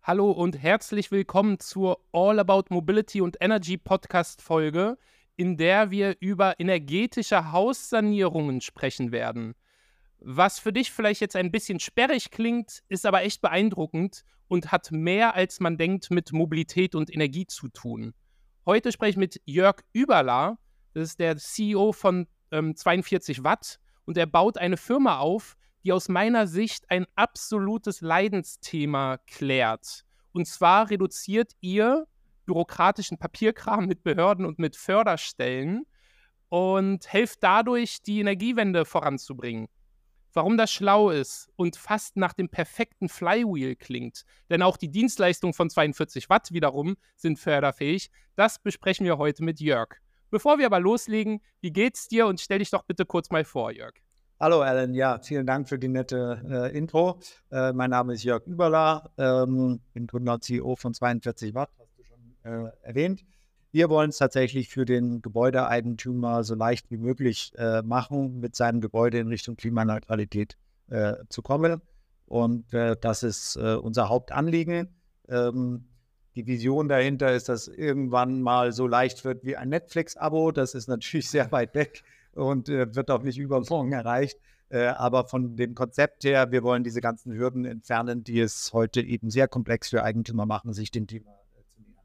Hallo und herzlich willkommen zur All About Mobility und Energy Podcast-Folge, in der wir über energetische Haussanierungen sprechen werden. Was für dich vielleicht jetzt ein bisschen sperrig klingt, ist aber echt beeindruckend und hat mehr, als man denkt, mit Mobilität und Energie zu tun. Heute spreche ich mit Jörg Überler, das ist der CEO von 42 Watt, und er baut eine Firma auf, die aus meiner Sicht ein absolutes Leidensthema klärt. Und zwar reduziert ihr bürokratischen Papierkram mit Behörden und mit Förderstellen und helft dadurch, die Energiewende voranzubringen. Warum das schlau ist und fast nach dem perfekten Flywheel klingt, denn auch die Dienstleistungen von 42 Watt wiederum sind förderfähig, das besprechen wir heute mit Jörg. Bevor wir aber loslegen, wie geht's dir und stell dich doch bitte kurz mal vor, Jörg. Hallo Alan, ja, vielen Dank für die nette Intro. Mein Name ist Jörg Überler, bin Gründer und CEO von 42 Watt, hast du schon erwähnt. Wir wollen es tatsächlich für den Gebäudeeigentümer so leicht wie möglich machen, mit seinem Gebäude in Richtung Klimaneutralität zu kommen. Und das ist unser Hauptanliegen. Die Vision dahinter ist, dass irgendwann mal so leicht wird wie ein Netflix-Abo. Das ist natürlich sehr weit weg und wird auch nicht übermorgen erreicht. Aber von dem Konzept her, wir wollen diese ganzen Hürden entfernen, die es heute eben sehr komplex für Eigentümer machen, sich dem Thema zu nähern.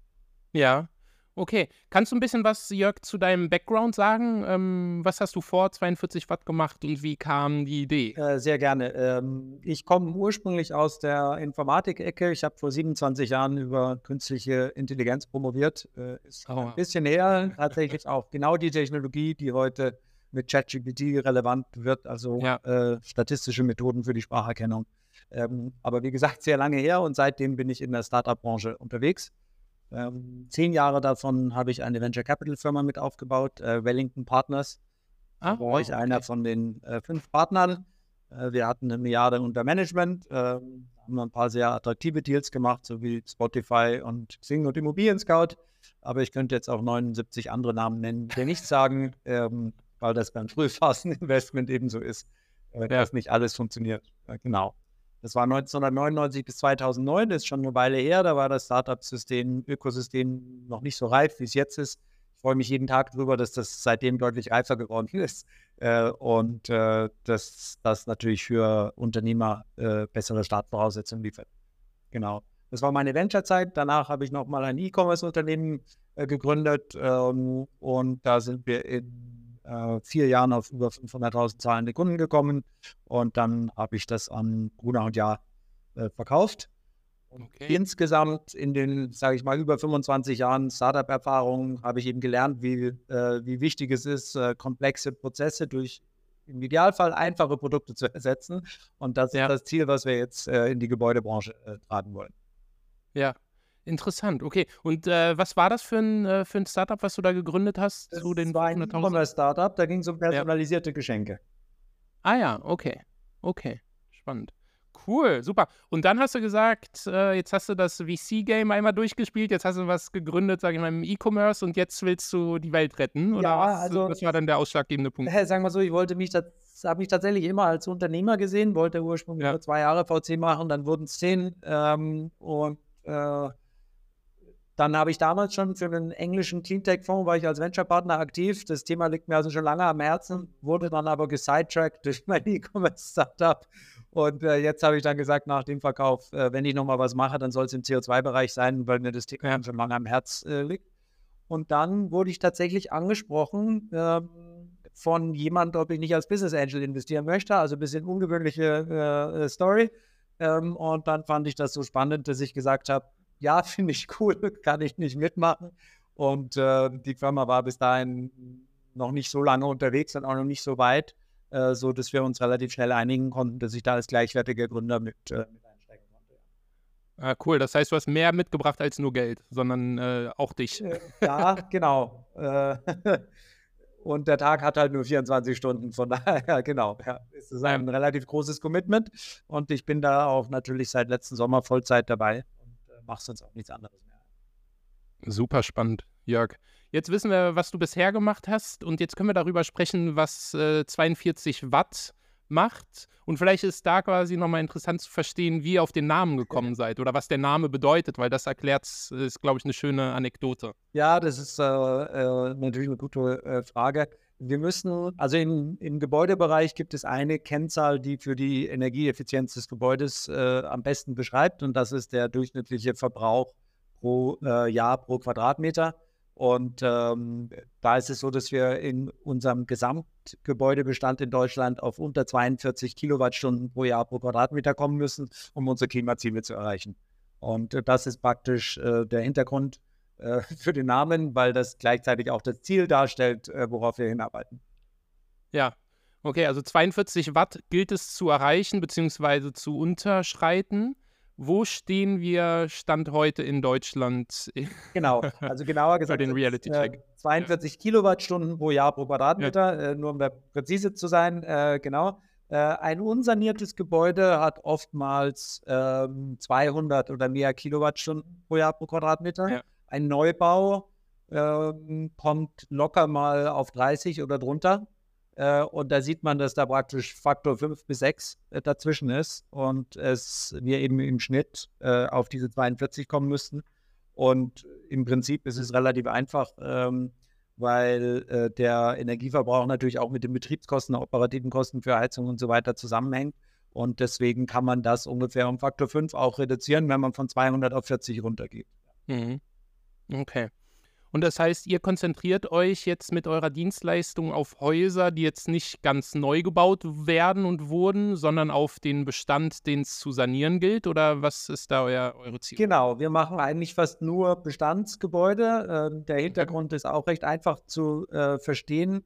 Ja, okay. Kannst du ein bisschen was, Jörg, zu deinem Background sagen? Was hast du vor 42 Watt gemacht und wie kam die Idee? Sehr gerne. Ich komme ursprünglich aus der Informatik-Ecke. Ich habe vor 27 Jahren über künstliche Intelligenz promoviert. Ist ein bisschen her, tatsächlich auch genau die Technologie, die heute mit ChatGPT relevant wird, also statistische Methoden für die Spracherkennung. Aber wie gesagt, sehr lange her und seitdem bin ich in der Startup-Branche unterwegs. 10 Jahre davon habe ich eine Venture Capital Firma mit aufgebaut, Wellington Partners. Da war ich einer von den 5 Partnern. Wir hatten 1 Milliarde unter Management, haben ein paar sehr attraktive Deals gemacht, so wie Spotify und Xing und Immobilien Scout. Aber ich könnte jetzt auch 79 andere Namen nennen, die nichts sagen, weil das beim Frühphasen-Investment ebenso ist, dass nicht alles funktioniert. Genau. Das war 1999 bis 2009, das ist schon eine Weile her. Da war das Startup-System, Ökosystem noch nicht so reif, wie es jetzt ist. Ich freue mich jeden Tag darüber, dass das seitdem deutlich reifer geworden ist und dass das natürlich für Unternehmer bessere Startvoraussetzungen liefert. Genau. Das war meine Venture-Zeit. Danach habe ich nochmal ein E-Commerce-Unternehmen gegründet und da sind wir in 4 Jahren auf über 500.000 zahlende Kunden gekommen und dann habe ich das an Gruner und Jahr verkauft. Okay. Insgesamt in den, sage ich mal, über 25 Jahren Startup-Erfahrung habe ich eben gelernt, wie wichtig es ist, komplexe Prozesse durch im Idealfall einfache Produkte zu ersetzen. Und das ist das Ziel, was wir jetzt in die Gebäudebranche tragen wollen. Ja, interessant. Okay. Und was war das für ein Startup, was du da gegründet hast? Das war ein E-Commerce-Startup, da ging es um personalisierte Geschenke. Ah ja, okay. Okay, spannend. Cool, super. Und dann hast du gesagt, jetzt hast du das VC-Game einmal durchgespielt, jetzt hast du was gegründet, sage ich mal, im E-Commerce und jetzt willst du die Welt retten? Oder was war dann der ausschlaggebende Punkt? Sagen wir so, ich habe mich tatsächlich immer als Unternehmer gesehen, wollte ursprünglich nur 2 Jahre VC machen, dann wurden es 10 dann habe ich damals schon für einen englischen Cleantech-Fonds, war ich als Venture-Partner aktiv. Das Thema liegt mir also schon lange am Herzen, wurde dann aber gesidetrackt durch mein E-Commerce-Startup. Und jetzt habe ich dann gesagt, nach dem Verkauf, wenn ich nochmal was mache, dann soll es im CO2-Bereich sein, weil mir das Thema schon lange am Herz liegt. Und dann wurde ich tatsächlich angesprochen von jemandem, ob ich nicht als Business Angel investieren möchte. Also ein bisschen ungewöhnliche Story. Und dann fand ich das so spannend, dass ich gesagt habe, ja, finde ich cool, kann ich nicht mitmachen. Und die Firma war bis dahin noch nicht so lange unterwegs und auch noch nicht so weit, so dass wir uns relativ schnell einigen konnten, dass ich da als gleichwertiger Gründer mit einsteigen konnte. Ah, cool, das heißt, du hast mehr mitgebracht als nur Geld, sondern auch dich. Ja, genau. Und der Tag hat halt nur 24 Stunden, von daher, genau, es ist ein relativ großes Commitment und ich bin da auch natürlich seit letzten Sommer Vollzeit dabei. Machst sonst auch nichts anderes mehr. Super spannend, Jörg. Jetzt wissen wir, was du bisher gemacht hast und jetzt können wir darüber sprechen, was 42 Watt macht. Und vielleicht ist da quasi nochmal interessant zu verstehen, wie ihr auf den Namen gekommen seid oder was der Name bedeutet, weil das erklärt, ist, glaube ich, eine schöne Anekdote. Ja, das ist natürlich eine gute Frage. Wir müssen, also im Gebäudebereich gibt es eine Kennzahl, die für die Energieeffizienz des Gebäudes am besten beschreibt, und das ist der durchschnittliche Verbrauch pro Jahr pro Quadratmeter. Und da ist es so, dass wir in unserem Gesamtgebäudebestand in Deutschland auf unter 42 Kilowattstunden pro Jahr pro Quadratmeter kommen müssen, um unsere Klimaziele zu erreichen. Und das ist praktisch der Hintergrund für den Namen, weil das gleichzeitig auch das Ziel darstellt, worauf wir hinarbeiten. Ja, okay, also 42 Watt gilt es zu erreichen bzw. zu unterschreiten. Wo stehen wir Stand heute in Deutschland? Genau, also genauer Bei gesagt den Reality-Check. 42 Kilowattstunden pro Jahr pro Quadratmeter, nur um da präzise zu sein, genau. Ein unsaniertes Gebäude hat oftmals 200 oder mehr Kilowattstunden pro Jahr pro Quadratmeter. Ja. Ein Neubau kommt locker mal auf 30 oder drunter. Und da sieht man, dass da praktisch Faktor 5 bis 6 dazwischen ist und wir eben im Schnitt auf diese 42 kommen müssten. Und im Prinzip ist es relativ einfach, weil der Energieverbrauch natürlich auch mit den Betriebskosten, operativen Kosten für Heizung und so weiter zusammenhängt. Und deswegen kann man das ungefähr um Faktor 5 auch reduzieren, wenn man von 200 auf 40 runtergeht. Mhm. Okay. Und das heißt, ihr konzentriert euch jetzt mit eurer Dienstleistung auf Häuser, die jetzt nicht ganz neu gebaut werden und wurden, sondern auf den Bestand, den es zu sanieren gilt? Oder was ist da eure Ziel? Genau, wir machen eigentlich fast nur Bestandsgebäude. Der Hintergrund ist auch recht einfach zu verstehen.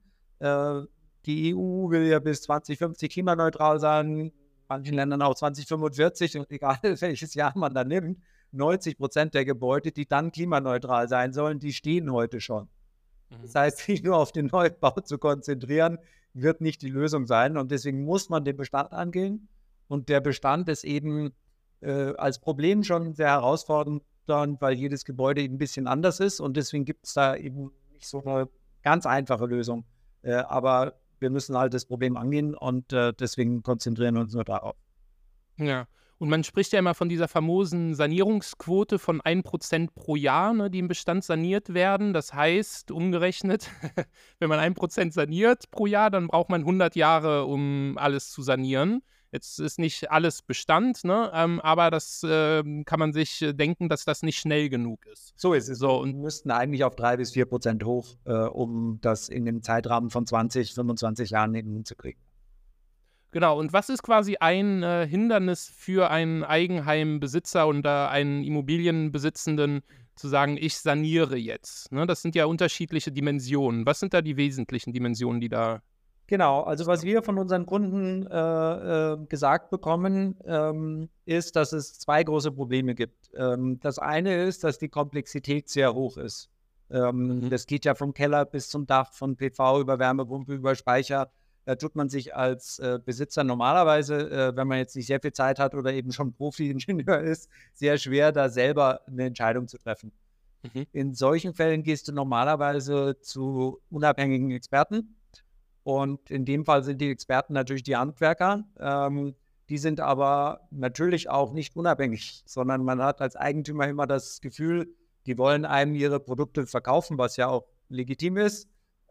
Die EU will ja bis 2050 klimaneutral sein, in manchen Ländern auch 2045, und egal welches Jahr man da nimmt, 90% der Gebäude, die dann klimaneutral sein sollen, die stehen heute schon. Das heißt, sich nur auf den Neubau zu konzentrieren, wird nicht die Lösung sein. Und deswegen muss man den Bestand angehen. Und der Bestand ist eben als Problem schon sehr herausfordernd, weil jedes Gebäude eben ein bisschen anders ist. Und deswegen gibt es da eben nicht so eine ganz einfache Lösung. Aber wir müssen halt das Problem angehen, und deswegen konzentrieren wir uns nur darauf. Ja. Und man spricht ja immer von dieser famosen Sanierungsquote von 1% pro Jahr, ne, die im Bestand saniert werden. Das heißt, umgerechnet, wenn man 1% saniert pro Jahr, dann braucht man 100 Jahre, um alles zu sanieren. Jetzt ist nicht alles Bestand, ne, aber das kann man sich denken, dass das nicht schnell genug ist. So ist es. So, und wir müssten eigentlich auf 3 bis 4% hoch, um das in dem Zeitrahmen von 20, 25 Jahren hinzukriegen. Genau, und was ist quasi ein Hindernis für einen Eigenheimbesitzer oder einen Immobilienbesitzenden, zu sagen, ich saniere jetzt? Ne? Das sind ja unterschiedliche Dimensionen. Was sind da die wesentlichen Dimensionen, die da... Genau, also was wir von unseren Kunden gesagt bekommen, ist, dass es 2 große Probleme gibt. Das eine ist, dass die Komplexität sehr hoch ist. Das geht ja vom Keller bis zum Dach, von PV über Wärmepumpe, über Speicher. Da tut man sich als Besitzer normalerweise, wenn man jetzt nicht sehr viel Zeit hat oder eben schon Profi-Ingenieur ist, sehr schwer, da selber eine Entscheidung zu treffen. In solchen Fällen gehst du normalerweise zu unabhängigen Experten. Und in dem Fall sind die Experten natürlich die Handwerker. Die sind aber natürlich auch nicht unabhängig, sondern man hat als Eigentümer immer das Gefühl, die wollen einem ihre Produkte verkaufen, was ja auch legitim ist.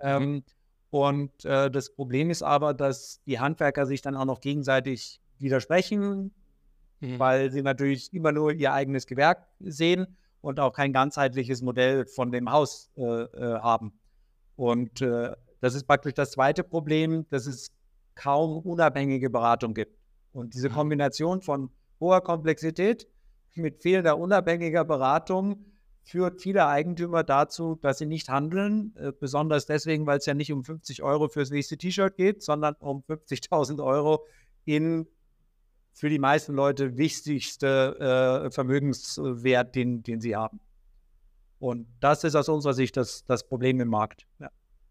Und das Problem ist aber, dass die Handwerker sich dann auch noch gegenseitig widersprechen, weil sie natürlich immer nur ihr eigenes Gewerk sehen und auch kein ganzheitliches Modell von dem Haus haben. Und das ist praktisch das zweite Problem, dass es kaum unabhängige Beratung gibt. Und diese Kombination von hoher Komplexität mit fehlender unabhängiger Beratung führt viele Eigentümer dazu, dass sie nicht handeln, besonders deswegen, weil es ja nicht um 50 € fürs nächste T-Shirt geht, sondern um 50.000 € in für die meisten Leute wichtigste Vermögenswert, den sie haben. Und das ist aus unserer Sicht das Problem im Markt. Ja.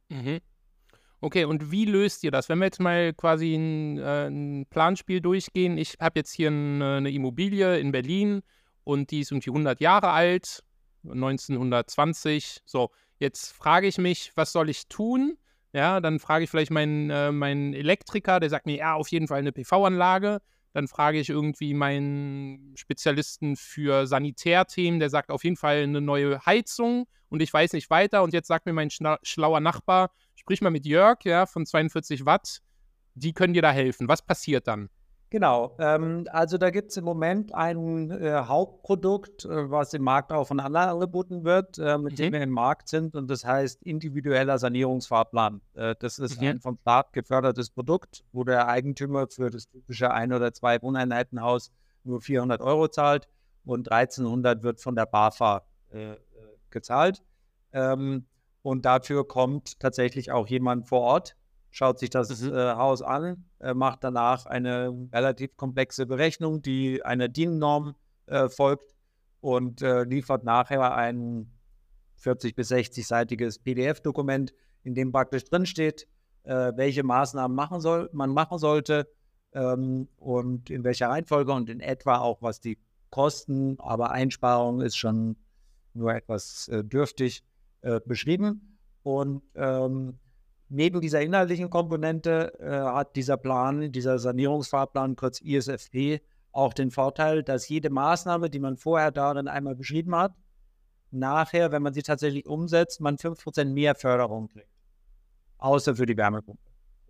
Okay, und wie löst ihr das? Wenn wir jetzt mal quasi ein Planspiel durchgehen, ich habe jetzt hier eine Immobilie in Berlin und die ist irgendwie 100 Jahre alt, 1920. So, jetzt frage ich mich, was soll ich tun, Ja, dann frage ich vielleicht meinen Elektriker, der sagt mir, ja, auf jeden Fall eine PV-Anlage. Dann frage ich irgendwie meinen Spezialisten für Sanitärthemen, der sagt auf jeden Fall eine neue Heizung und ich weiß nicht weiter. Und jetzt sagt mir mein schlauer Nachbar, sprich mal mit Jörg, ja, von 42 Watt, die können dir da helfen. Was passiert dann? Genau, also da gibt es im Moment ein Hauptprodukt, was im Markt auch von anderen angeboten wird, mit dem wir im Markt sind, und das heißt individueller Sanierungsfahrplan. Das ist ein vom Staat gefördertes Produkt, wo der Eigentümer für das typische 1 oder 2 Wohneinheitenhaus nur 400 Euro zahlt und 1300 wird von der BAFA gezahlt. Und dafür kommt tatsächlich auch jemand vor Ort, schaut sich das Haus an, macht danach eine relativ komplexe Berechnung, die einer DIN-Norm folgt und liefert nachher ein 40- bis 60-seitiges PDF-Dokument, in dem praktisch drinsteht, welche Maßnahmen man machen sollte und in welcher Reihenfolge und in etwa auch, was die kosten, aber Einsparung ist schon nur etwas dürftig beschrieben. Und neben dieser inhaltlichen Komponente hat dieser Sanierungsfahrplan, kurz ISFP, auch den Vorteil, dass jede Maßnahme, die man vorher darin einmal beschrieben hat, nachher, wenn man sie tatsächlich umsetzt, man 5% mehr Förderung kriegt. Außer für die Wärmepumpe.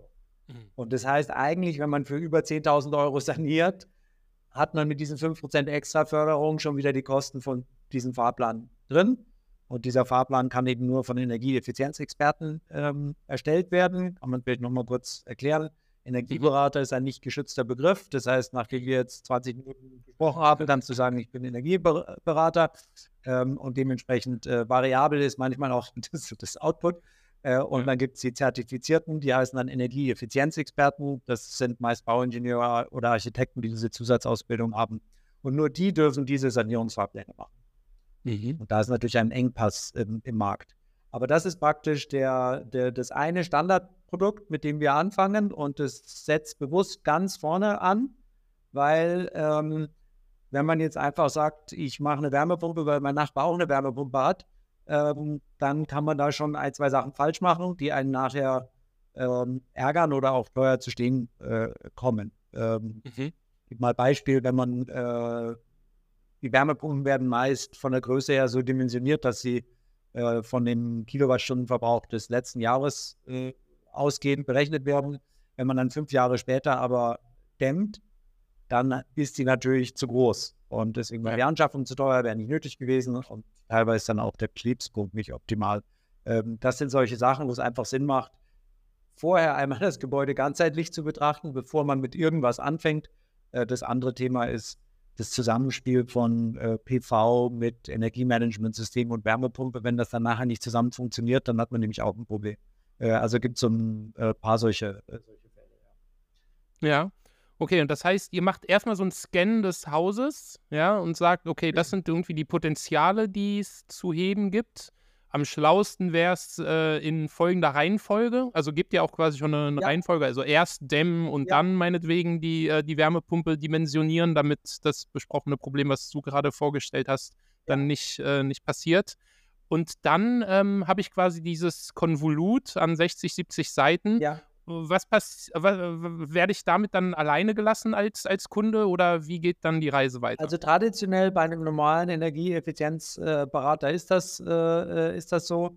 Und das heißt eigentlich, wenn man für über 10.000 Euro saniert, hat man mit diesen 5% extra Förderung schon wieder die Kosten von diesem Fahrplan drin. Und dieser Fahrplan kann eben nur von Energieeffizienzexperten erstellt werden. Kann man vielleicht nochmal kurz erklären. Energieberater ist ein nicht geschützter Begriff. Das heißt, nachdem wir jetzt 20 Minuten gesprochen haben, kannst du sagen, ich bin Energieberater. Und dementsprechend variabel ist manchmal auch das Output. Und dann gibt es die Zertifizierten, die heißen dann Energieeffizienzexperten. Das sind meist Bauingenieure oder Architekten, die diese Zusatzausbildung haben. Und nur die dürfen diese Sanierungsfahrpläne machen. Und da ist natürlich ein Engpass im Markt. Aber das ist praktisch das eine Standardprodukt, mit dem wir anfangen, und das setzt bewusst ganz vorne an, weil wenn man jetzt einfach sagt, ich mache eine Wärmepumpe, weil mein Nachbar auch eine Wärmepumpe hat, dann kann man da schon 1, 2 Sachen falsch machen, die einen nachher ärgern oder auch teuer zu stehen kommen. Gib mal Beispiel, wenn man die Wärmepumpen werden meist von der Größe her so dimensioniert, dass sie von dem Kilowattstundenverbrauch des letzten Jahres ausgehend berechnet werden. Wenn man dann 5 Jahre später aber dämmt, dann ist die natürlich zu groß. Und deswegen war die Anschaffung zu teuer, wäre nicht nötig gewesen und teilweise dann auch der Betriebspunkt nicht optimal. Das sind solche Sachen, wo es einfach Sinn macht, vorher einmal das Gebäude ganzheitlich zu betrachten, bevor man mit irgendwas anfängt. Das andere Thema ist das Zusammenspiel von PV mit Energiemanagementsystem und Wärmepumpe. Wenn das dann nachher nicht zusammen funktioniert, dann hat man nämlich auch ein Problem. Also gibt es so ein paar solche Fälle. Ja, okay, und das heißt, ihr macht erstmal so einen Scan des Hauses, ja, und sagt, okay, das sind irgendwie die Potenziale, die es zu heben gibt. Am schlauesten wäre es in folgender Reihenfolge. Also gibt ihr auch quasi schon eine Reihenfolge, also erst dämmen und dann meinetwegen die Wärmepumpe dimensionieren, damit das besprochene Problem, was du gerade vorgestellt hast, dann nicht passiert. Und dann habe ich quasi dieses Konvolut an 60, 70 Seiten. Ja. Werde ich damit dann alleine gelassen als Kunde oder wie geht dann die Reise weiter? Also traditionell bei einem normalen Energieeffizienzberater ist das so.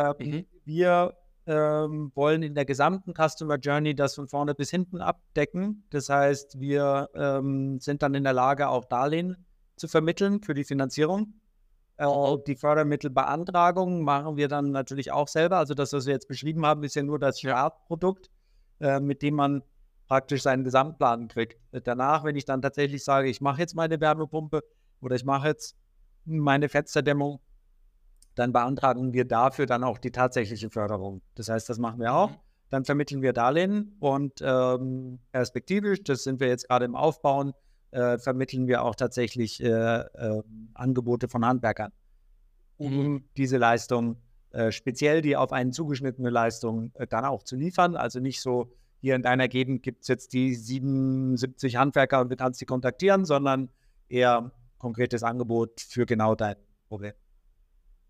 Wir wollen in der gesamten Customer Journey das von vorne bis hinten abdecken. Das heißt, wir sind dann in der Lage, auch Darlehen zu vermitteln für die Finanzierung. Die Fördermittelbeantragung machen wir dann natürlich auch selber. Also das, was wir jetzt beschrieben haben, ist ja nur das Startprodukt, mit dem man praktisch seinen Gesamtplan kriegt. Danach, wenn ich dann tatsächlich sage, ich mache jetzt meine Wärmepumpe oder ich mache jetzt meine Fensterdämmung, dann beantragen wir dafür dann auch die tatsächliche Förderung. Das heißt, das machen wir auch. Dann vermitteln wir Darlehen und perspektivisch, das sind wir jetzt gerade im Aufbauen, vermitteln wir auch tatsächlich Angebote von Handwerkern, um diese Leistung, speziell die auf einen zugeschnittene Leistung, dann auch zu liefern. Also nicht so, hier in deiner Gegend gibt es jetzt die 77 Handwerker und du kannst sie kontaktieren, sondern eher konkretes Angebot für genau dein Problem.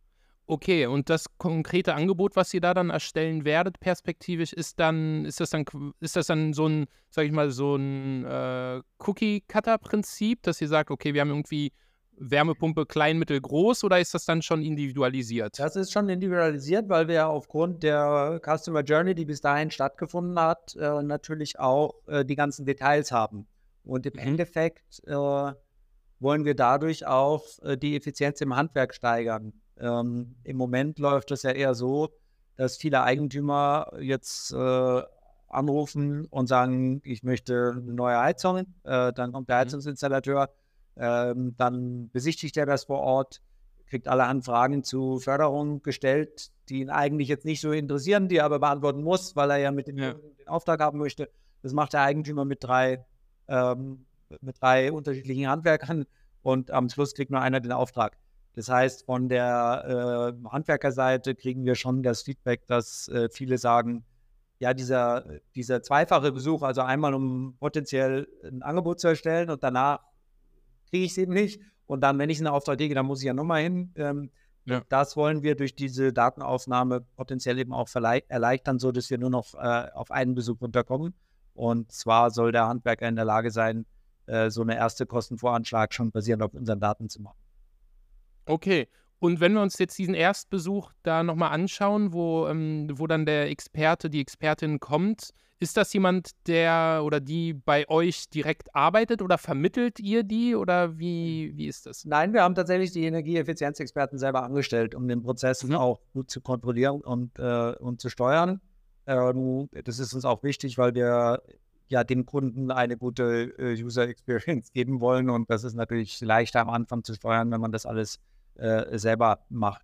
Okay, und das konkrete Angebot, was ihr da dann erstellen werdet, perspektivisch, ist das dann so ein, sage ich mal, so ein Cookie-Cutter-Prinzip, dass ihr sagt, okay, wir haben irgendwie Wärmepumpe klein, mittel, groß, oder ist das dann schon individualisiert? Das ist schon individualisiert, weil wir aufgrund der Customer Journey, die bis dahin stattgefunden hat, natürlich auch die ganzen Details haben. Und im Endeffekt wollen wir dadurch auch die Effizienz im Handwerk steigern. Im Moment läuft es ja eher so, dass viele Eigentümer jetzt anrufen und sagen, ich möchte eine neue Heizung. Dann kommt der Heizungsinstallateur, dann besichtigt er das vor Ort, kriegt allerhand Fragen zu Förderung gestellt, die ihn eigentlich jetzt nicht so interessieren, die er aber beantworten muss, weil er ja mit dem Kunden den Auftrag haben möchte. Das macht der Eigentümer mit drei unterschiedlichen Handwerkern und am Schluss kriegt nur einer den Auftrag. Das heißt, von der Handwerkerseite kriegen wir schon das Feedback, dass viele sagen, ja, dieser zweifache Besuch, also einmal um potenziell ein Angebot zu erstellen und danach kriege ich es eben nicht. Und dann, wenn ich einen Auftrag kriege, dann muss ich ja nochmal hin. Das wollen wir durch diese Datenaufnahme potenziell eben auch erleichtern, so dass wir nur noch auf einen Besuch runterkommen. Und zwar soll der Handwerker in der Lage sein, so eine erste Kostenvoranschlag schon basierend auf unseren Daten zu machen. Okay. Und wenn wir uns jetzt diesen Erstbesuch da nochmal anschauen, wo dann der Experte, die Expertin kommt, ist das jemand, der oder die bei euch direkt arbeitet, oder vermittelt ihr die, oder wie ist das? Nein, wir haben tatsächlich die Energieeffizienzexperten selber angestellt, um den Prozess auch gut zu kontrollieren und zu steuern. Das ist uns auch wichtig, weil wir ja dem Kunden eine gute User Experience geben wollen, und das ist natürlich leichter am Anfang zu steuern, wenn man das alles selber macht.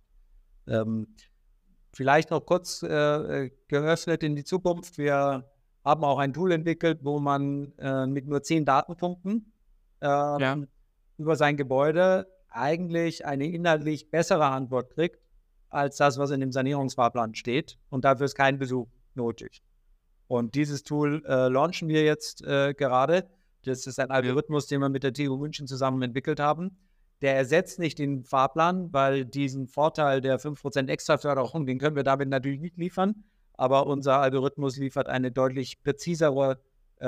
Vielleicht noch kurz geöffnet in die Zukunft. Wir haben auch ein Tool entwickelt, wo man mit nur 10 Datenpunkten über sein Gebäude eigentlich eine inhaltlich bessere Antwort kriegt, als das, was in dem Sanierungsfahrplan steht. Und dafür ist kein Besuch nötig. Und dieses Tool launchen wir jetzt gerade. Das ist ein Algorithmus, den wir mit der TU München zusammen entwickelt haben. Der ersetzt nicht den Fahrplan, weil diesen Vorteil der 5% Extraförderung, den können wir damit natürlich nicht liefern. Aber unser Algorithmus liefert eine deutlich präzisere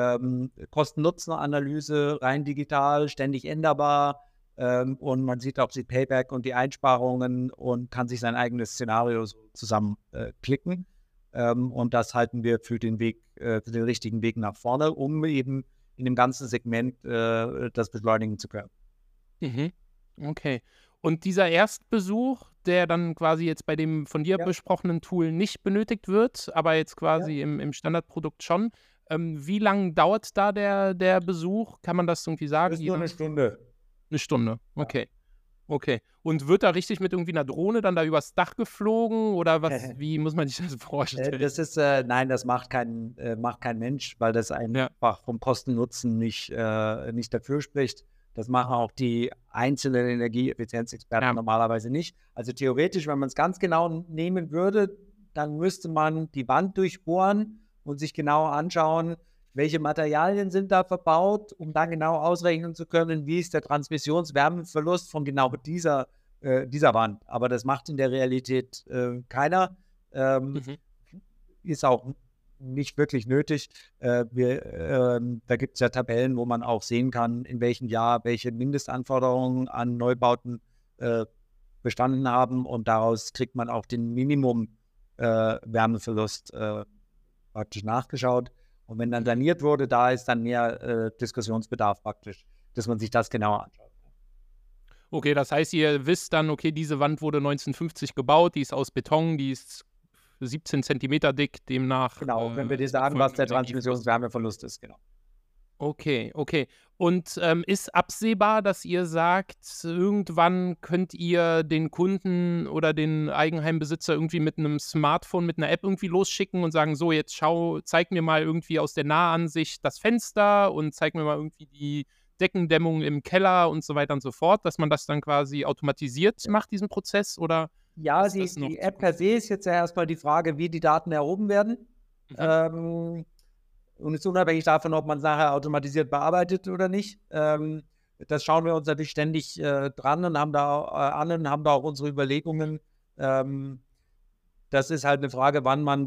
Kosten-Nutzen-Analyse, rein digital, ständig änderbar. Und man sieht auch die Payback und die Einsparungen und kann sich sein eigenes Szenario so zusammenklicken. Und das halten wir für den richtigen Weg nach vorne, um eben in dem ganzen Segment das beschleunigen zu können. Okay. Und dieser Erstbesuch, der dann quasi jetzt bei dem von dir besprochenen Tool nicht benötigt wird, aber jetzt quasi im Standardprodukt schon. Wie lange dauert da der Besuch? Kann man das irgendwie sagen? Das ist nur eine Stunde. Eine Stunde, okay. Okay. Und wird da richtig mit irgendwie einer Drohne dann da übers Dach geflogen, oder wie muss man sich das vorstellen? Das ist, nein, das macht kein Mensch, weil das einfach vom Kosten-Nutzen nicht dafür spricht. Das machen auch die einzelnen Energieeffizienzexperten normalerweise nicht. Also theoretisch, wenn man es ganz genau nehmen würde, dann müsste man die Wand durchbohren und sich genau anschauen, welche Materialien sind da verbaut, um dann genau ausrechnen zu können, wie ist der Transmissionswärmeverlust von genau dieser Wand. Aber das macht in der Realität keiner. Ist auch nicht wirklich nötig. Da gibt es ja Tabellen, wo man auch sehen kann, in welchem Jahr welche Mindestanforderungen an Neubauten bestanden haben, und daraus kriegt man auch den Minimum-Wärmeverlust praktisch nachgeschaut. Und wenn dann saniert wurde, da ist dann mehr Diskussionsbedarf praktisch, dass man sich das genauer anschaut. Okay, das heißt, ihr wisst dann, okay, diese Wand wurde 1950 gebaut, die ist aus Beton, die ist 17 Zentimeter dick, demnach. Genau, wenn wir dir sagen, was der Transmissionswärmeverlust ist, genau. Okay. Und ist absehbar, dass ihr sagt, irgendwann könnt ihr den Kunden oder den Eigenheimbesitzer irgendwie mit einem Smartphone, mit einer App irgendwie losschicken und sagen, so, jetzt zeig mir mal irgendwie aus der Nahansicht das Fenster und zeig mir mal irgendwie die Deckendämmung im Keller und so weiter und so fort, dass man das dann quasi automatisiert macht, diesen Prozess, oder? Ja, die App per se ist jetzt ja erstmal die Frage, wie die Daten erhoben werden. Und ist unabhängig davon, ob man es nachher automatisiert bearbeitet oder nicht. Das schauen wir uns natürlich ständig dran und haben da auch unsere Überlegungen, Das ist halt eine Frage, wann man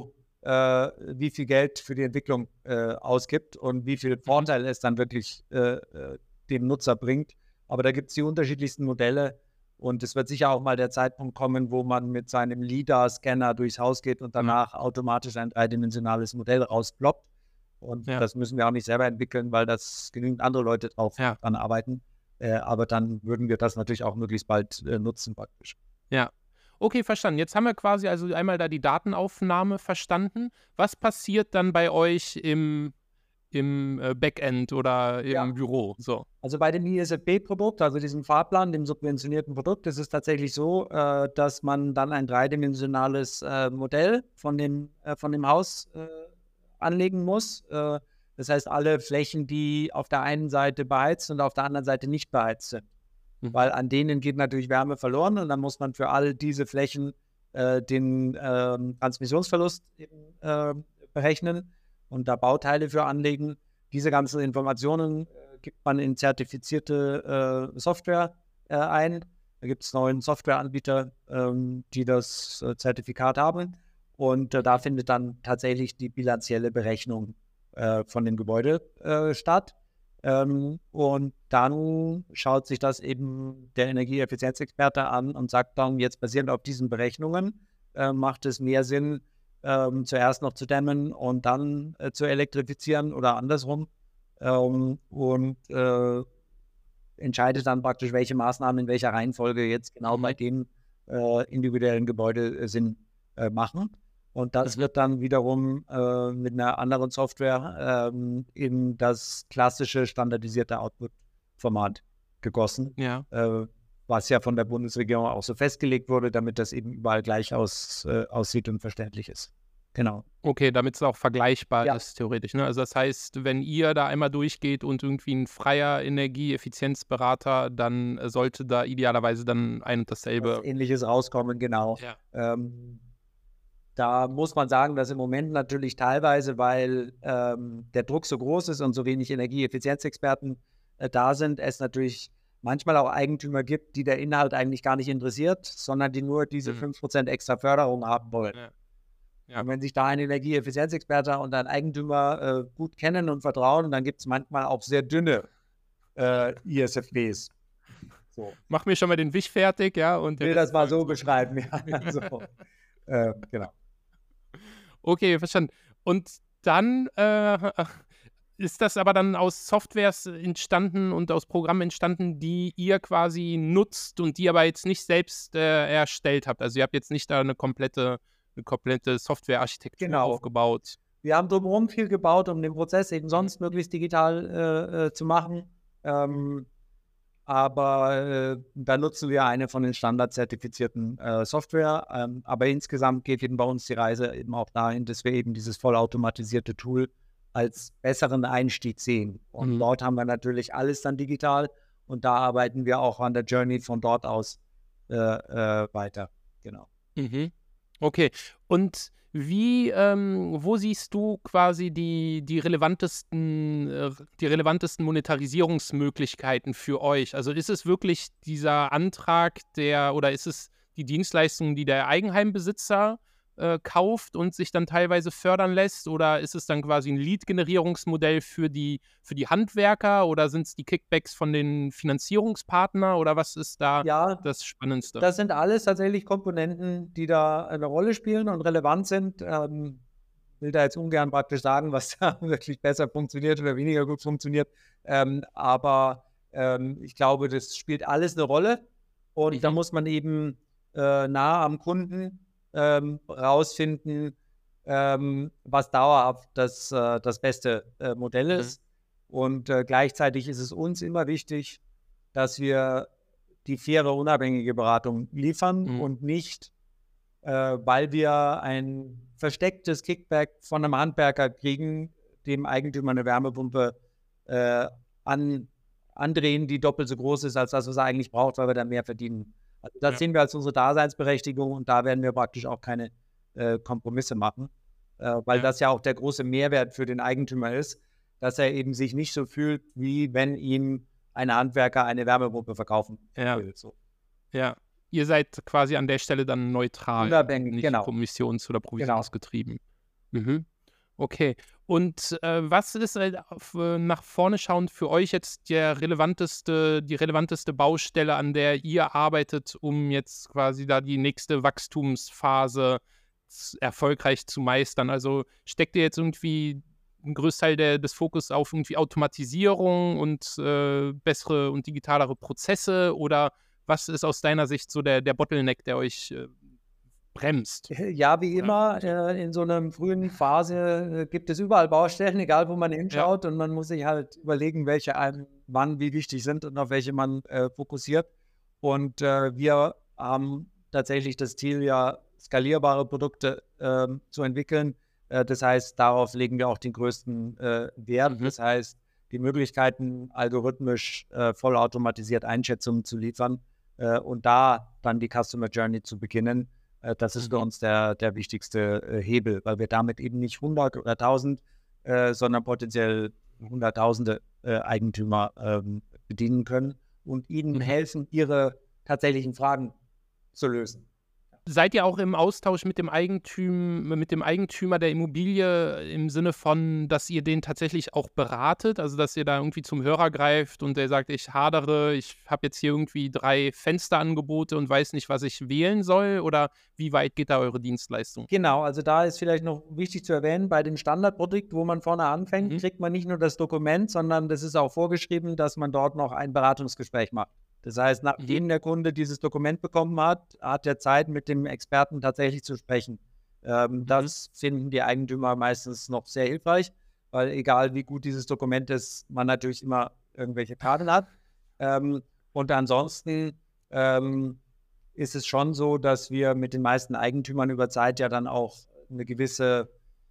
wie viel Geld für die Entwicklung ausgibt und wie viel Vorteil es dann wirklich dem Nutzer bringt. Aber da gibt es die unterschiedlichsten Modelle und es wird sicher auch mal der Zeitpunkt kommen, wo man mit seinem LiDAR-Scanner durchs Haus geht und danach automatisch ein dreidimensionales Modell rausploppt. Und das müssen wir auch nicht selber entwickeln, weil das genügend andere Leute dran arbeiten. Aber dann würden wir das natürlich auch möglichst bald nutzen praktisch. Ja. Okay, verstanden. Jetzt haben wir quasi also einmal da die Datenaufnahme verstanden. Was passiert dann bei euch im Backend oder im Büro? So. Also bei dem ISFP-Produkt, also diesem Fahrplan, dem subventionierten Produkt, ist es tatsächlich so, dass man dann ein dreidimensionales Modell von dem Haus anlegen muss. Das heißt, alle Flächen, die auf der einen Seite beheizt und auf der anderen Seite nicht beheizt sind. Weil an denen geht natürlich Wärme verloren und dann muss man für all diese Flächen den Transmissionsverlust berechnen und da Bauteile für anlegen. Diese ganzen Informationen gibt man in zertifizierte Software ein. Da gibt es 9 Softwareanbieter, die das Zertifikat haben. Und da findet dann tatsächlich die bilanzielle Berechnung von dem Gebäude statt. Und dann schaut sich das eben der Energieeffizienzexperte an und sagt dann, jetzt basierend auf diesen Berechnungen, macht es mehr Sinn, zuerst noch zu dämmen und dann zu elektrifizieren oder andersrum. Und entscheidet dann praktisch, welche Maßnahmen in welcher Reihenfolge jetzt genau bei dem individuellen Gebäude Sinn machen. Und das wird dann wiederum mit einer anderen Software in das klassische standardisierte Output-Format gegossen, was ja von der Bundesregierung auch so festgelegt wurde, damit das eben überall gleich aussieht und verständlich ist. Genau. Okay, damit es auch vergleichbar ist, theoretisch. Ne? Also das heißt, wenn ihr da einmal durchgeht und irgendwie ein freier Energieeffizienzberater, dann sollte da idealerweise dann ein und dasselbe... Was Ähnliches rauskommen, genau. Ja. Da muss man sagen, dass im Moment natürlich teilweise, weil der Druck so groß ist und so wenig Energieeffizienzexperten da sind, es natürlich manchmal auch Eigentümer gibt, die der Inhalt eigentlich gar nicht interessiert, sondern die nur diese 5% extra Förderung haben wollen. Ja. Und wenn sich da ein Energieeffizienzexperte und ein Eigentümer gut kennen und vertrauen, dann gibt es manchmal auch sehr dünne ISFPs. So. Mach mir schon mal den Wisch fertig, ja. Und ich will das mal so beschreiben, ja. So. Genau. Okay, verstanden. Und dann ist das aber dann aus Softwares entstanden und aus Programmen entstanden, die ihr quasi nutzt und die aber jetzt nicht selbst erstellt habt. Also ihr habt jetzt nicht da eine komplette Softwarearchitektur aufgebaut. Wir haben drumherum viel gebaut, um den Prozess eben sonst möglichst digital zu machen. Aber da nutzen wir eine von den standardzertifizierten Software. Aber insgesamt geht eben bei uns die Reise eben auch dahin, dass wir eben dieses vollautomatisierte Tool als besseren Einstieg sehen. Und dort haben wir natürlich alles dann digital und da arbeiten wir auch an der Journey von dort aus weiter. Genau. Okay. Und wo siehst du quasi die relevantesten Monetarisierungsmöglichkeiten für euch? Also ist es wirklich dieser Antrag oder ist es die Dienstleistung, die der Eigenheimbesitzer kauft und sich dann teilweise fördern lässt? Oder ist es dann quasi ein Lead-Generierungsmodell für die Handwerker? Oder sind es die Kickbacks von den Finanzierungspartnern? Oder was ist da das Spannendste? Das sind alles tatsächlich Komponenten, die da eine Rolle spielen und relevant sind. Will da jetzt ungern praktisch sagen, was da wirklich besser funktioniert oder weniger gut funktioniert. Aber ich glaube, das spielt alles eine Rolle. Und da muss man eben nah am Kunden rausfinden, was dauerhaft das beste Modell ist. Und gleichzeitig ist es uns immer wichtig, dass wir die faire, unabhängige Beratung liefern und nicht, weil wir ein verstecktes Kickback von einem Handwerker kriegen, dem Eigentümer eine Wärmepumpe andrehen, die doppelt so groß ist, als das, was er eigentlich braucht, weil wir dann mehr verdienen. Also das sehen wir als unsere Daseinsberechtigung und da werden wir praktisch auch keine Kompromisse machen, weil das ja auch der große Mehrwert für den Eigentümer ist, dass er eben sich nicht so fühlt, wie wenn ihm ein Handwerker eine Wärmepumpe verkaufen will. So. Ja. ihr seid quasi an der Stelle dann neutral, unabhängig, nicht genau. kommissions- oder provisionsgetrieben. Mhm. Okay. Und was ist nach vorne schauend für euch jetzt die relevanteste Baustelle, an der ihr arbeitet, um jetzt quasi da die nächste Wachstumsphase erfolgreich zu meistern? Also steckt ihr jetzt irgendwie einen Großteil des Fokus auf irgendwie Automatisierung und bessere und digitalere Prozesse, oder was ist aus deiner Sicht so der Bottleneck, der euch bremst? Ja, wie immer, in so einer frühen Phase gibt es überall Baustellen, egal wo man hinschaut, und man muss sich halt überlegen, welche einem wann wie wichtig sind und auf welche man fokussiert. Und wir haben tatsächlich das Ziel, ja skalierbare Produkte zu entwickeln. Das heißt, darauf legen wir auch den größten Wert. Das heißt, die Möglichkeiten, algorithmisch vollautomatisiert Einschätzungen zu liefern und da dann die Customer Journey zu beginnen. Das ist für uns der wichtigste Hebel, weil wir damit eben nicht 100 oder 1000, sondern potenziell Hunderttausende Eigentümer bedienen können und ihnen helfen, ihre tatsächlichen Fragen zu lösen. Seid ihr auch im Austausch mit dem Eigentümer der Immobilie im Sinne von, dass ihr den tatsächlich auch beratet? Also, dass ihr da irgendwie zum Hörer greift und der sagt: „Ich hadere, ich habe jetzt hier irgendwie 3 Fensterangebote und weiß nicht, was ich wählen soll“, oder wie weit geht da eure Dienstleistung? Genau, also da ist vielleicht noch wichtig zu erwähnen, bei dem Standardprodukt, wo man vorne anfängt, kriegt man nicht nur das Dokument, sondern das ist auch vorgeschrieben, dass man dort noch ein Beratungsgespräch macht. Das heißt, nachdem der Kunde dieses Dokument bekommen hat, hat er Zeit, mit dem Experten tatsächlich zu sprechen. Das finden die Eigentümer meistens noch sehr hilfreich, weil egal wie gut dieses Dokument ist, man natürlich immer irgendwelche Karten hat. Und ansonsten ist es schon so, dass wir mit den meisten Eigentümern über Zeit ja dann auch eine gewisse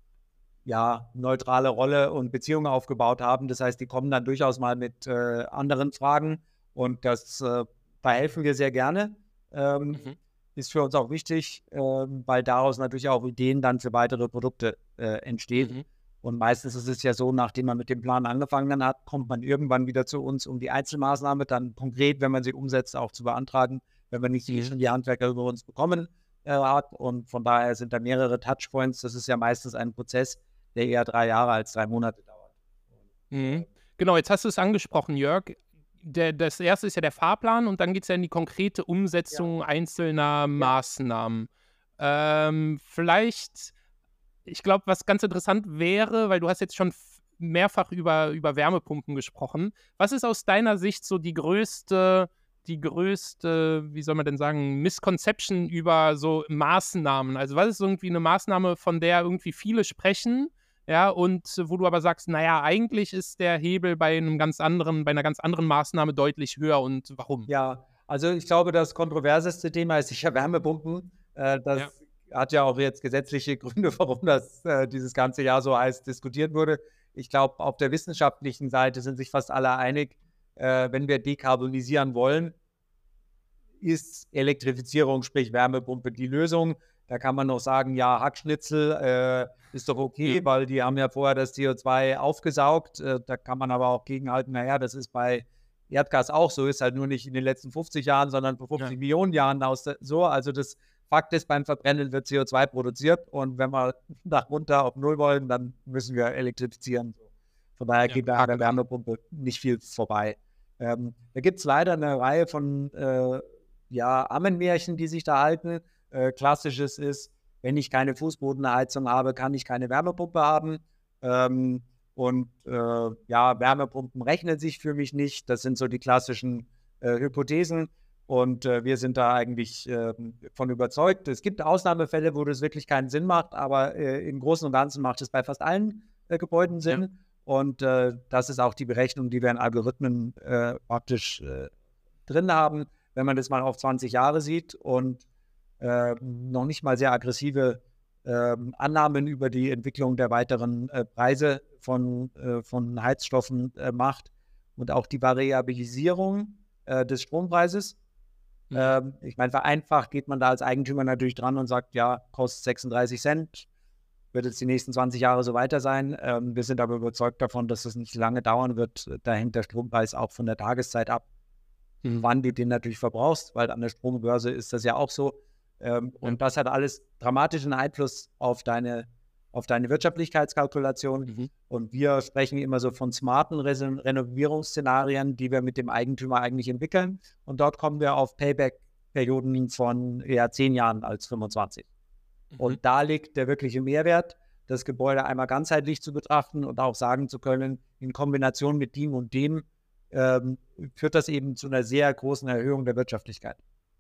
neutrale Rolle und Beziehung aufgebaut haben. Das heißt, die kommen dann durchaus mal mit anderen Fragen. Und da helfen wir sehr gerne. Ist für uns auch wichtig, weil daraus natürlich auch Ideen dann für weitere Produkte entstehen. Und meistens ist es ja so, nachdem man mit dem Plan angefangen hat, kommt man irgendwann wieder zu uns, um die Einzelmaßnahme dann konkret, wenn man sie umsetzt, auch zu beantragen, wenn man nicht schon die Handwerker über uns bekommen hat. Und von daher sind da mehrere Touchpoints. Das ist ja meistens ein Prozess, der eher 3 Jahre als 3 Monate dauert. Genau, jetzt hast du es angesprochen, Jörg. Das erste ist ja der Fahrplan und dann geht es ja in die konkrete Umsetzung einzelner Maßnahmen. Vielleicht, ich glaube, was ganz interessant wäre, weil du hast jetzt schon mehrfach über Wärmepumpen gesprochen. Was ist aus deiner Sicht so die größte, wie soll man denn sagen, Misconception über so Maßnahmen? Also was ist irgendwie eine Maßnahme, von der irgendwie viele sprechen, ja, und wo du aber sagst, naja, eigentlich ist der Hebel bei einer ganz anderen Maßnahme deutlich höher, und warum? Ja, also ich glaube, das kontroverseste Thema ist sicher Wärmepumpen. Das hat ja auch jetzt gesetzliche Gründe, warum das dieses ganze Jahr so heiß diskutiert wurde. Ich glaube, auf der wissenschaftlichen Seite sind sich fast alle einig, wenn wir dekarbonisieren wollen, ist Elektrifizierung, sprich Wärmepumpe, die Lösung. Da kann man noch sagen, ja, Hackschnitzel ist doch okay, weil die haben ja vorher das CO2 aufgesaugt. Da kann man aber auch gegenhalten, naja, das ist bei Erdgas auch so, ist halt nur nicht in den letzten 50 Jahren, sondern vor 50 Millionen Jahren so. Also das Fakt ist, beim Verbrennen wird CO2 produziert, und wenn wir nach runter auf Null wollen, dann müssen wir elektrifizieren. Von daher geht da an der Wärmepumpe nicht viel vorbei. Da gibt es leider eine Reihe von Ammenmärchen, die sich da halten. Klassisches ist, wenn ich keine Fußbodenheizung habe, kann ich keine Wärmepumpe haben. Wärmepumpen rechnen sich für mich nicht. Das sind so die klassischen Hypothesen. Und wir sind da eigentlich von überzeugt. Es gibt Ausnahmefälle, wo das wirklich keinen Sinn macht, aber im Großen und Ganzen macht es bei fast allen Gebäuden Sinn. Ja. Und das ist auch die Berechnung, die wir in Algorithmen praktisch drin haben, wenn man das mal auf 20 Jahre sieht und noch nicht mal sehr aggressive Annahmen über die Entwicklung der weiteren Preise von Heizstoffen macht und auch die Variabilisierung des Strompreises. Ich meine, vereinfacht geht man da als Eigentümer natürlich dran und sagt, ja, kostet 36 Cent, wird jetzt die nächsten 20 Jahre so weiter sein. Wir sind aber überzeugt davon, dass es nicht lange dauern wird. Da hängt der Strompreis auch von der Tageszeit ab. wann du den natürlich verbrauchst, weil an der Strombörse ist das ja auch so. Und das hat alles dramatischen Einfluss auf deine Wirtschaftlichkeitskalkulation. Und wir sprechen immer so von smarten Renovierungsszenarien, die wir mit dem Eigentümer eigentlich entwickeln. Und dort kommen wir auf Payback-Perioden von eher 10 Jahren als 25. Und da liegt der wirkliche Mehrwert, das Gebäude einmal ganzheitlich zu betrachten und auch sagen zu können, in Kombination mit dem und dem führt das eben zu einer sehr großen Erhöhung der Wirtschaftlichkeit.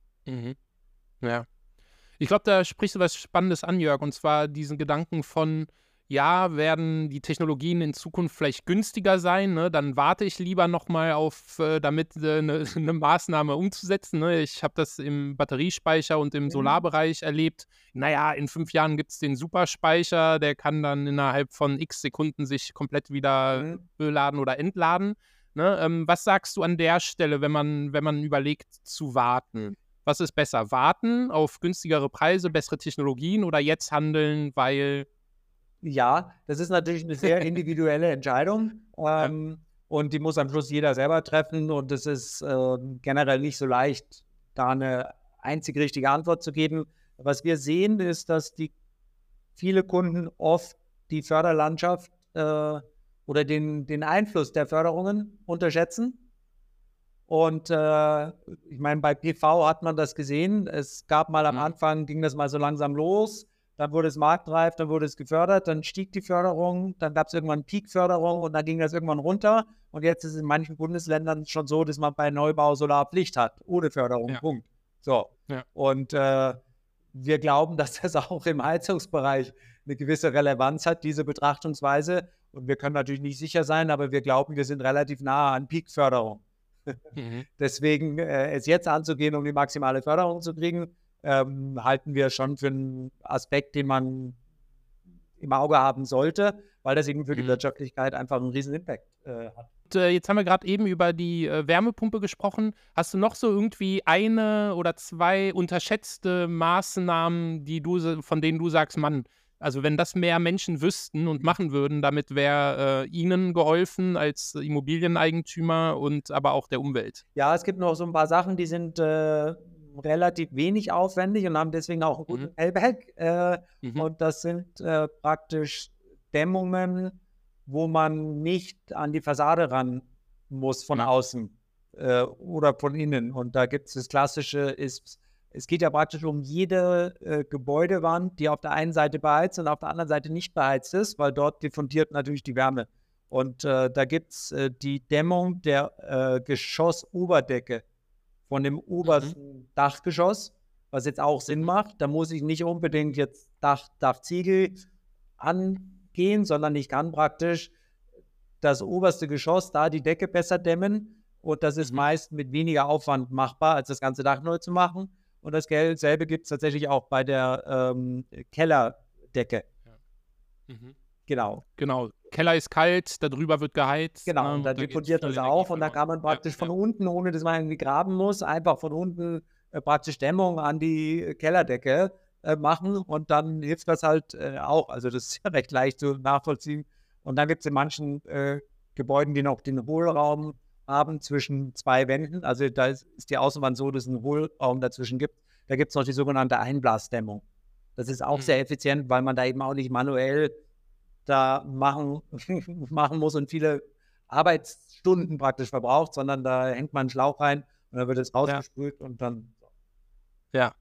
Ja. Ich glaube, da sprichst du was Spannendes an, Jörg, und zwar diesen Gedanken von, ja, werden die Technologien in Zukunft vielleicht günstiger sein, ne? Dann warte ich lieber nochmal auf, damit eine Maßnahme umzusetzen. Ne? Ich habe das im Batteriespeicher und im Solarbereich erlebt. Naja, in 5 Jahren gibt es den Superspeicher, der kann dann innerhalb von x Sekunden sich komplett wieder beladen oder entladen. Ne? Was sagst du an der Stelle, wenn man überlegt zu warten? Was ist besser? Warten auf günstigere Preise, bessere Technologien oder jetzt handeln, weil... Ja, das ist natürlich eine sehr individuelle Entscheidung und die muss am Schluss jeder selber treffen und es ist generell nicht so leicht, da eine einzig richtige Antwort zu geben. Was wir sehen, ist, dass viele Kunden oft die Förderlandschaft oder den Einfluss der Förderungen unterschätzen. Und ich meine, bei PV hat man das gesehen. Es gab mal am Anfang, ging das mal so langsam los. Dann wurde es marktreif, dann wurde es gefördert, dann stieg die Förderung, dann gab es irgendwann Peak-Förderung und dann ging das irgendwann runter. Und jetzt ist es in manchen Bundesländern schon so, dass man bei Neubau Solarpflicht hat, ohne Förderung. Ja. Punkt. So. Ja. Und wir glauben, dass das auch im Heizungsbereich eine gewisse Relevanz hat, diese Betrachtungsweise. Und wir können natürlich nicht sicher sein, aber wir glauben, wir sind relativ nahe an Peak-Förderung. Deswegen es jetzt anzugehen, um die maximale Förderung zu kriegen, halten wir schon für einen Aspekt, den man im Auge haben sollte, weil das eben für die Wirtschaftlichkeit einfach einen riesen Impact hat. Jetzt haben wir gerade eben über die Wärmepumpe gesprochen. Hast du noch so irgendwie eine oder zwei unterschätzte Maßnahmen, von denen du sagst, Mann, also wenn das mehr Menschen wüssten und machen würden, damit wäre ihnen geholfen als Immobilieneigentümer und aber auch der Umwelt? Ja, es gibt noch so ein paar Sachen, die sind relativ wenig aufwendig und haben deswegen auch einen guten Payback. Und das sind praktisch Dämmungen, wo man nicht an die Fassade ran muss von außen oder von innen. Und da gibt es das Klassische, es geht ja praktisch um jede Gebäudewand, die auf der einen Seite beheizt und auf der anderen Seite nicht beheizt ist, weil dort diffundiert natürlich die Wärme. Und da gibt es die Dämmung der Geschossoberdecke von dem obersten Dachgeschoss, was jetzt auch Sinn macht. Da muss ich nicht unbedingt jetzt Dachziegel angehen, sondern ich kann praktisch das oberste Geschoss, da die Decke besser dämmen. Und das ist meist mit weniger Aufwand machbar, als das ganze Dach neu zu machen. Und das selbe gibt es tatsächlich auch bei der Kellerdecke. Ja. Genau. Keller ist kalt, darüber wird geheizt. Genau, und dann diffundiert das auch und da kann man praktisch von unten, ohne dass man irgendwie graben muss, einfach von unten praktisch Dämmung an die Kellerdecke machen und dann hilft das halt auch. Also das ist ja recht leicht zu nachvollziehen. Und dann gibt es in manchen Gebäuden, die noch den Hohlraum haben zwischen zwei Wänden. Also da ist die Außenwand so, dass es einen Hohlraum dazwischen gibt. Da gibt es noch die sogenannte Einblasdämmung. Das ist auch sehr effizient, weil man da eben auch nicht manuell da machen muss und viele Arbeitsstunden praktisch verbraucht, sondern da hängt man einen Schlauch rein und dann wird es rausgesprüht und dann... Ja.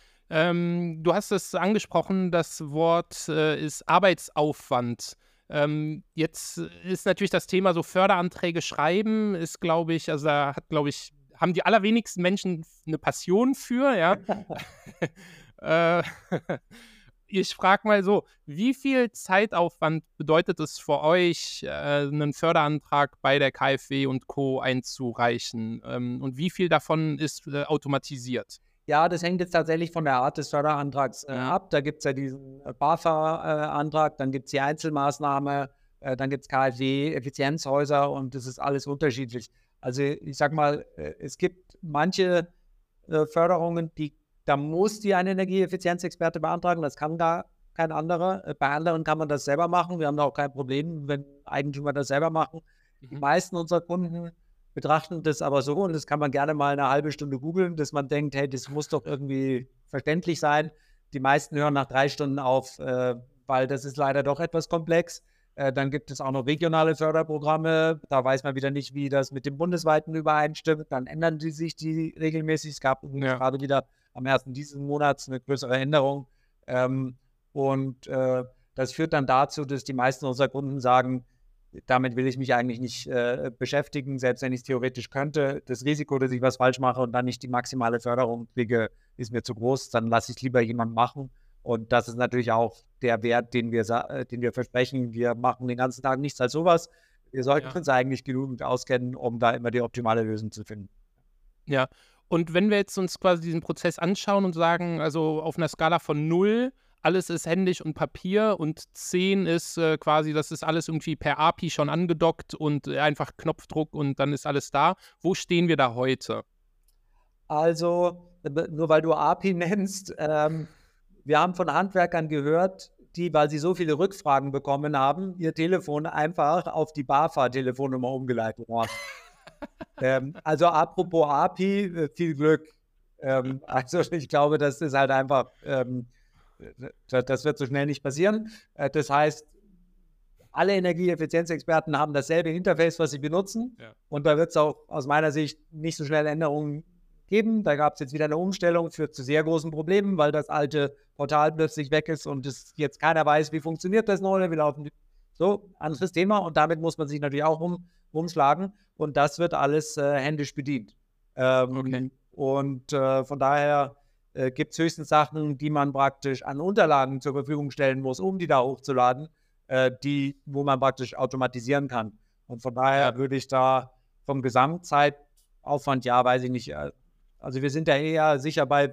Du hast es angesprochen, das Wort ist Arbeitsaufwand. Jetzt ist natürlich das Thema so Förderanträge schreiben, ist, glaube ich, also da haben die allerwenigsten Menschen eine Passion für, ja. Ich frage mal so, wie viel Zeitaufwand bedeutet es für euch, einen Förderantrag bei der KfW und Co. einzureichen? Und wie viel davon ist automatisiert? Ja, das hängt jetzt tatsächlich von der Art des Förderantrags ab. Da gibt es ja diesen BAFA-Antrag, dann gibt es die Einzelmaßnahme, dann gibt es KfW-Effizienzhäuser und das ist alles unterschiedlich. Also ich sag mal, es gibt manche Förderungen, da muss die ein Energieeffizienzexperte beantragen, das kann gar kein anderer. Bei anderen kann man das selber machen. Wir haben da auch kein Problem, wenn Eigentümer das selber machen. Die meisten unserer Kunden betrachten das aber so, und das kann man gerne mal eine halbe Stunde googeln, dass man denkt, hey, das muss doch irgendwie verständlich sein. Die meisten hören nach 3 Stunden auf, weil das ist leider doch etwas komplex. Dann gibt es auch noch regionale Förderprogramme. Da weiß man wieder nicht, wie das mit dem bundesweiten übereinstimmt. Dann ändern die sich die regelmäßig. Es gab übrigens gerade wieder am 1. dieses Monats eine größere Änderung. Das führt dann dazu, dass die meisten unserer Kunden sagen, damit will ich mich eigentlich nicht beschäftigen, selbst wenn ich es theoretisch könnte. Das Risiko, dass ich was falsch mache und dann nicht die maximale Förderung kriege, ist mir zu groß. Dann lasse ich es lieber jemand machen. Und das ist natürlich auch der Wert, den wir versprechen. Wir machen den ganzen Tag nichts als sowas. Wir sollten uns eigentlich genügend auskennen, um da immer die optimale Lösung zu finden. Ja, und wenn wir jetzt uns quasi diesen Prozess anschauen und sagen, also auf einer Skala von 0, alles ist händisch und Papier, und 10 ist quasi, das ist alles irgendwie per API schon angedockt und einfach Knopfdruck und dann ist alles da. Wo stehen wir da heute? Also, nur weil du API nennst, wir haben von Handwerkern gehört, die, weil sie so viele Rückfragen bekommen haben, ihr Telefon einfach auf die BAFA-Telefonnummer umgeleitet haben. Also apropos API, viel Glück. Also ich glaube, das ist halt einfach, das wird so schnell nicht passieren. Das heißt, alle Energieeffizienzexperten haben dasselbe Interface, was sie benutzen. Ja. Und da wird es auch aus meiner Sicht nicht so schnell Änderungen geben. Da gab es jetzt wieder eine Umstellung, führt zu sehr großen Problemen, weil das alte Portal plötzlich weg ist und es jetzt keiner weiß, wie funktioniert das neue, wie laufen die. So, anderes Thema, und damit muss man sich natürlich auch rumschlagen, und das wird alles händisch bedient. Und von daher gibt es höchstens Sachen, die man praktisch an Unterlagen zur Verfügung stellen muss, um die da hochzuladen, wo man praktisch automatisieren kann. Und von daher würde ich da vom Gesamtzeitaufwand, weiß ich nicht, also wir sind da eher sicher bei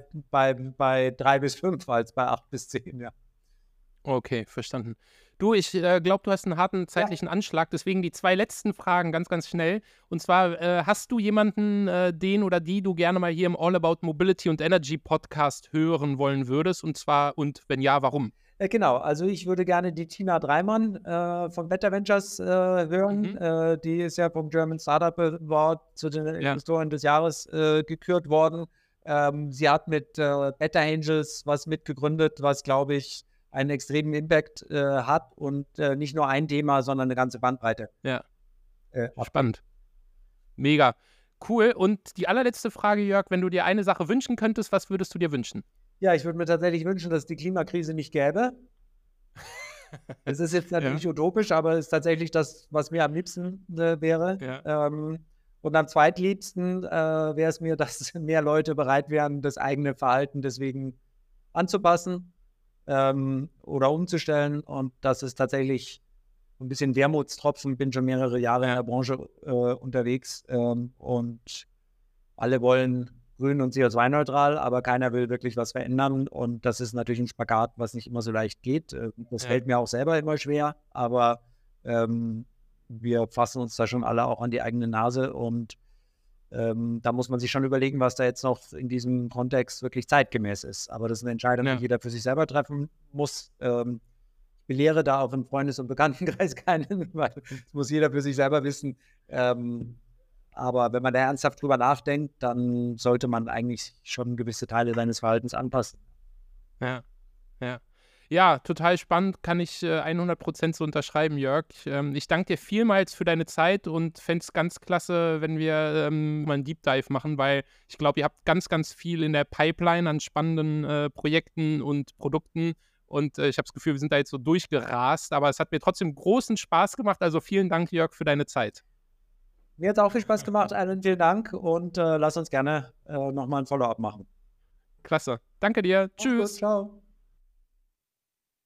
3 bis 5 als bei 8 bis 10, ja. Okay, verstanden. Du, ich glaube, du hast einen harten zeitlichen Anschlag, deswegen die 2 letzten Fragen ganz, ganz schnell. Und zwar, hast du jemanden, den oder die du gerne mal hier im All About Mobility und Energy Podcast hören wollen würdest? Und wenn ja, warum? Genau, also ich würde gerne die Tina Dreimann von Better Ventures hören. Die ist ja vom German Startup Award zu den Investoren des Jahres gekürt worden. Sie hat mit Better Angels was mitgegründet, was, glaube ich, einen extremen Impact hat und nicht nur ein Thema, sondern eine ganze Bandbreite. Ja, spannend. Mega. Cool. Und die allerletzte Frage, Jörg, wenn du dir eine Sache wünschen könntest, was würdest du dir wünschen? Ja, ich würde mir tatsächlich wünschen, dass es die Klimakrise nicht gäbe. Es ist jetzt natürlich utopisch, aber es ist tatsächlich das, was mir am liebsten wäre. Ja. Und am zweitliebsten wäre es mir, dass mehr Leute bereit wären, das eigene Verhalten deswegen anzupassen oder umzustellen. Und das ist tatsächlich ein bisschen Wermutstropfen. Ich bin schon mehrere Jahre in der Branche unterwegs und alle wollen grün und CO2-neutral, aber keiner will wirklich was verändern. Und das ist natürlich ein Spagat, was nicht immer so leicht geht. Das fällt mir auch selber immer schwer, aber wir fassen uns da schon alle auch an die eigene Nase, und da muss man sich schon überlegen, was da jetzt noch in diesem Kontext wirklich zeitgemäß ist. Aber das ist eine Entscheidung, die jeder für sich selber treffen muss. Ich belehre da auch im Freundes- und Bekanntenkreis keinen, weil das muss jeder für sich selber wissen. Aber wenn man da ernsthaft drüber nachdenkt, dann sollte man eigentlich schon gewisse Teile seines Verhaltens anpassen. Ja, total spannend, kann ich 100% so unterschreiben, Jörg. Ich danke dir vielmals für deine Zeit und fände es ganz klasse, wenn wir mal einen Deep Dive machen, weil ich glaube, ihr habt ganz, ganz viel in der Pipeline an spannenden Projekten und Produkten, und ich habe das Gefühl, wir sind da jetzt so durchgerast, aber es hat mir trotzdem großen Spaß gemacht, also vielen Dank, Jörg, für deine Zeit. Mir hat es auch viel Spaß gemacht, Alan, vielen Dank, und lass uns gerne nochmal ein Follow-up machen. Klasse, danke dir, tschüss. Gut, ciao.